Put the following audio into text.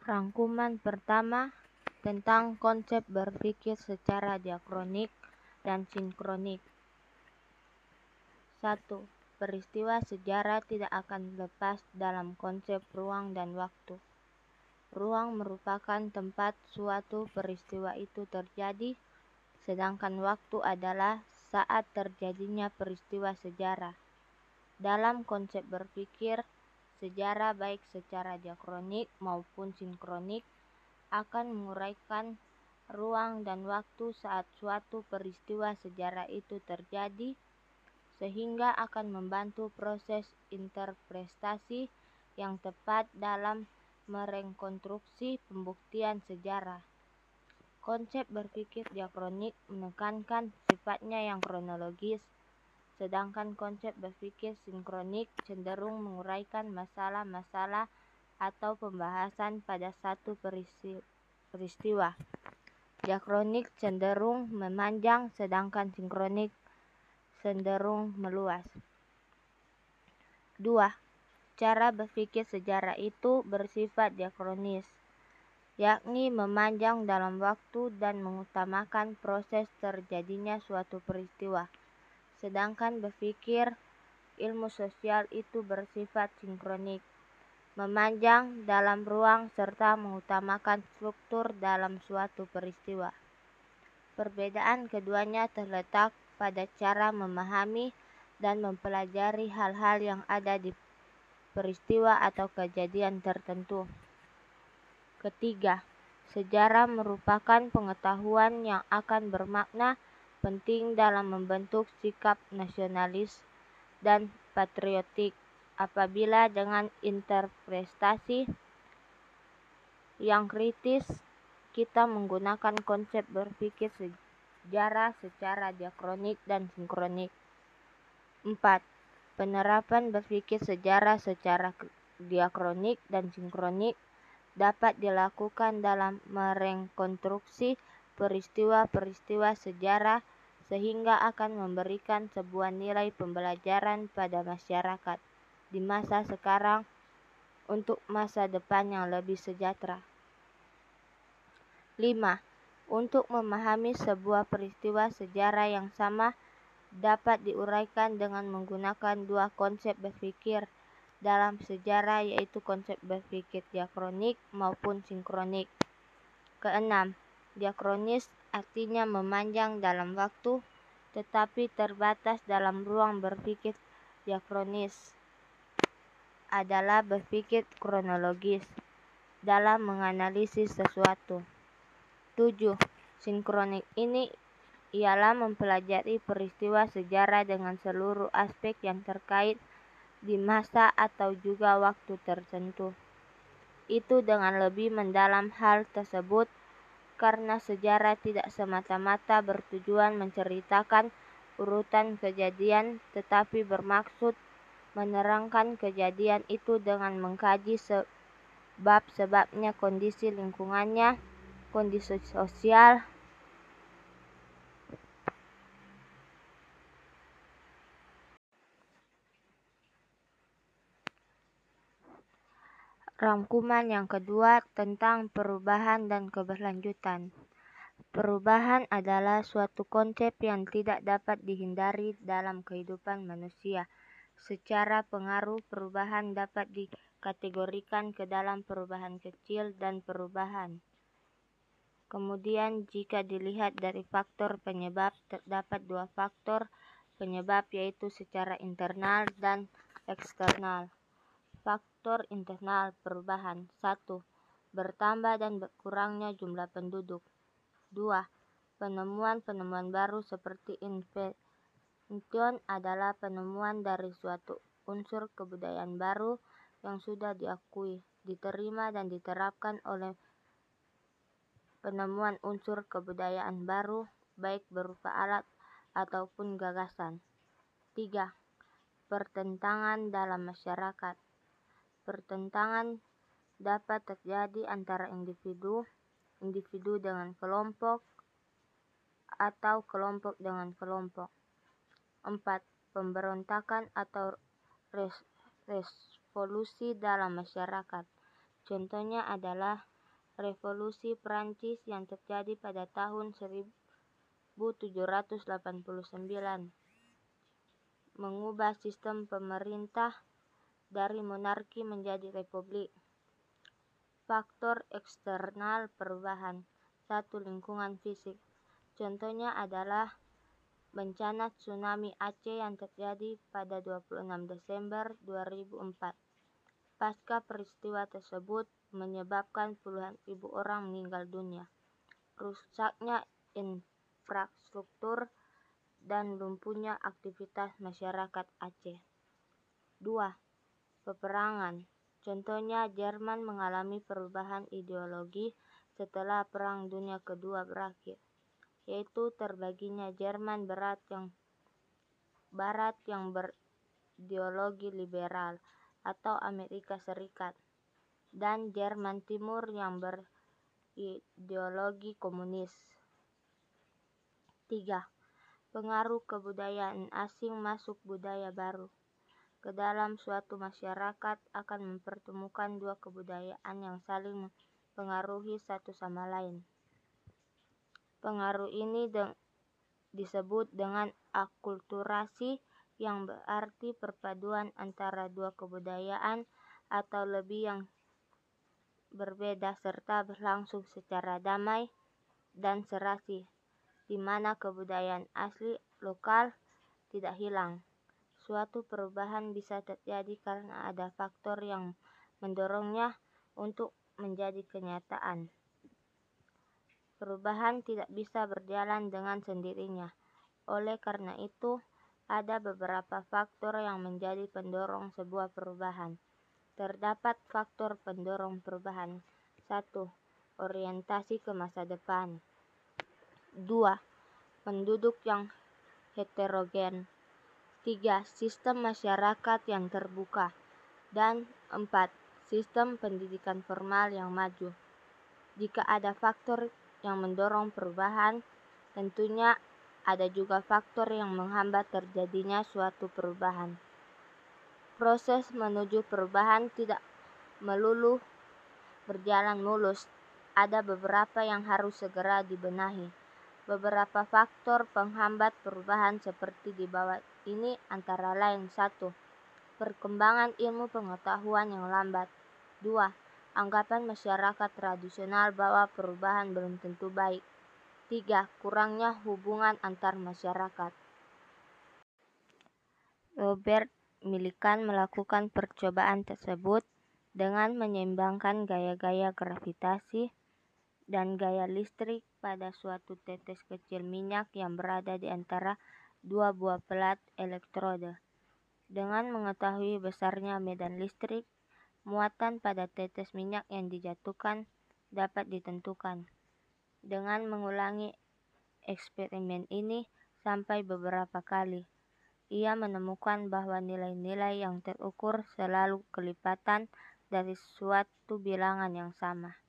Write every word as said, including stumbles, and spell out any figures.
Rangkuman pertama tentang konsep berpikir secara diakronik dan sinkronik. satu. Peristiwa sejarah tidak akan lepas dalam konsep ruang dan waktu. Ruang merupakan tempat suatu peristiwa itu terjadi, sedangkan waktu adalah saat terjadinya peristiwa sejarah. Dalam konsep berpikir sejarah baik secara diakronik maupun sinkronik akan menguraikan ruang dan waktu saat suatu peristiwa sejarah itu terjadi, sehingga akan membantu proses interpretasi yang tepat dalam merekonstruksi pembuktian sejarah. Konsep berpikir diakronik menekankan sifatnya yang kronologis, sedangkan konsep berpikir sinkronik cenderung menguraikan masalah-masalah atau pembahasan pada satu peristiwa. Diakronik cenderung memanjang, sedangkan sinkronik cenderung meluas. dua. Cara berpikir sejarah itu bersifat diakronis, yakni memanjang dalam waktu dan mengutamakan proses terjadinya suatu peristiwa. Sedangkan berpikir ilmu sosial itu bersifat sinkronik, memanjang dalam ruang serta mengutamakan struktur dalam suatu peristiwa. Perbedaan keduanya terletak pada cara memahami dan mempelajari hal-hal yang ada di peristiwa atau kejadian tertentu. Ketiga, sejarah merupakan pengetahuan yang akan bermakna penting dalam membentuk sikap nasionalis dan patriotik apabila dengan interpretasi yang kritis kita menggunakan konsep berpikir sejarah secara diakronik dan sinkronik. empat. Penerapan berpikir sejarah secara diakronik dan sinkronik dapat dilakukan dalam merekonstruksi peristiwa-peristiwa sejarah sehingga akan memberikan sebuah nilai pembelajaran pada masyarakat di masa sekarang untuk masa depan yang lebih sejahtera. lima. Untuk memahami sebuah peristiwa sejarah yang sama dapat diuraikan dengan menggunakan dua konsep berpikir dalam sejarah, yaitu konsep berpikir diakronik maupun sinkronik. Keenam, diakronis artinya memanjang dalam waktu, tetapi terbatas dalam ruang. Berpikir diakronis adalah berpikir kronologis dalam menganalisis sesuatu. tujuh. Sinkronik ini ialah mempelajari peristiwa sejarah dengan seluruh aspek yang terkait di masa atau juga waktu tertentu. Itu dengan lebih mendalam hal tersebut karena sejarah tidak semata-mata bertujuan menceritakan urutan kejadian, tetapi bermaksud menerangkan kejadian itu dengan mengkaji sebab-sebabnya, kondisi lingkungannya, kondisi sosial, Rangkuman yang kedua tentang perubahan dan keberlanjutan. Perubahan adalah suatu konsep yang tidak dapat dihindari dalam kehidupan manusia. Secara pengaruh, perubahan dapat dikategorikan ke dalam perubahan kecil dan perubahan. Kemudian jika dilihat dari faktor penyebab, terdapat dua faktor penyebab, yaitu secara internal dan eksternal. Faktor internal perubahan. satu. Bertambah dan berkurangnya jumlah penduduk. dua. Penemuan-penemuan baru seperti invention adalah penemuan dari suatu unsur kebudayaan baru yang sudah diakui, diterima dan diterapkan oleh penemuan unsur kebudayaan baru, baik berupa alat ataupun gagasan. tiga. Pertentangan dalam masyarakat. Pertentangan dapat terjadi antara individu, individu dengan kelompok, atau kelompok dengan kelompok. empat. Pemberontakan atau res revolusi dalam masyarakat. Contohnya adalah Revolusi Prancis yang terjadi pada tahun seribu tujuh ratus delapan puluh sembilan mengubah sistem pemerintah dari monarki menjadi republik. Faktor eksternal perubahan. Satu, lingkungan fisik. Contohnya adalah bencana tsunami Aceh yang terjadi pada dua puluh enam Desember dua ribu empat. Pasca peristiwa tersebut menyebabkan puluhan ribu orang meninggal dunia. Rusaknya infrastruktur dan lumpuhnya aktivitas masyarakat Aceh. Dua, peperangan. Contohnya Jerman mengalami perubahan ideologi setelah Perang Dunia Kedua berakhir, yaitu terbaginya Jerman Barat yang Barat yang berideologi liberal atau Amerika Serikat, dan Jerman Timur yang berideologi komunis. Tiga, pengaruh kebudayaan asing masuk budaya baru. Ke dalam suatu masyarakat akan mempertemukan dua kebudayaan yang saling mempengaruhi satu sama lain. Pengaruh ini de- disebut dengan akulturasi, yang berarti perpaduan antara dua kebudayaan atau lebih yang berbeda serta berlangsung secara damai dan serasi, di mana kebudayaan asli lokal tidak hilang. Suatu perubahan bisa terjadi karena ada faktor yang mendorongnya untuk menjadi kenyataan. Perubahan tidak bisa berjalan dengan sendirinya. Oleh karena itu, ada beberapa faktor yang menjadi pendorong sebuah perubahan. Terdapat faktor pendorong perubahan. Satu, orientasi ke masa depan. Dua, penduduk yang heterogen. Tiga, sistem masyarakat yang terbuka. Dan empat, sistem pendidikan formal yang maju. Jika ada faktor yang mendorong perubahan, tentunya ada juga faktor yang menghambat terjadinya suatu perubahan. Proses menuju perubahan tidak melulu berjalan mulus. Ada beberapa yang harus segera dibenahi. Beberapa faktor penghambat perubahan seperti di bawah ini antara lain. Satu, perkembangan ilmu pengetahuan yang lambat. Dua, anggapan masyarakat tradisional bahwa perubahan belum tentu baik. Tiga, kurangnya hubungan antar masyarakat. Robert Millikan melakukan percobaan tersebut dengan menyeimbangkan gaya-gaya gravitasi dan gaya listrik pada suatu tetes kecil minyak yang berada di antara dua buah pelat elektroda. Dengan mengetahui besarnya medan listrik, muatan pada tetes minyak yang dijatuhkan dapat ditentukan. Dengan mengulangi eksperimen ini sampai beberapa kali, ia menemukan bahwa nilai-nilai yang terukur selalu kelipatan dari suatu bilangan yang sama.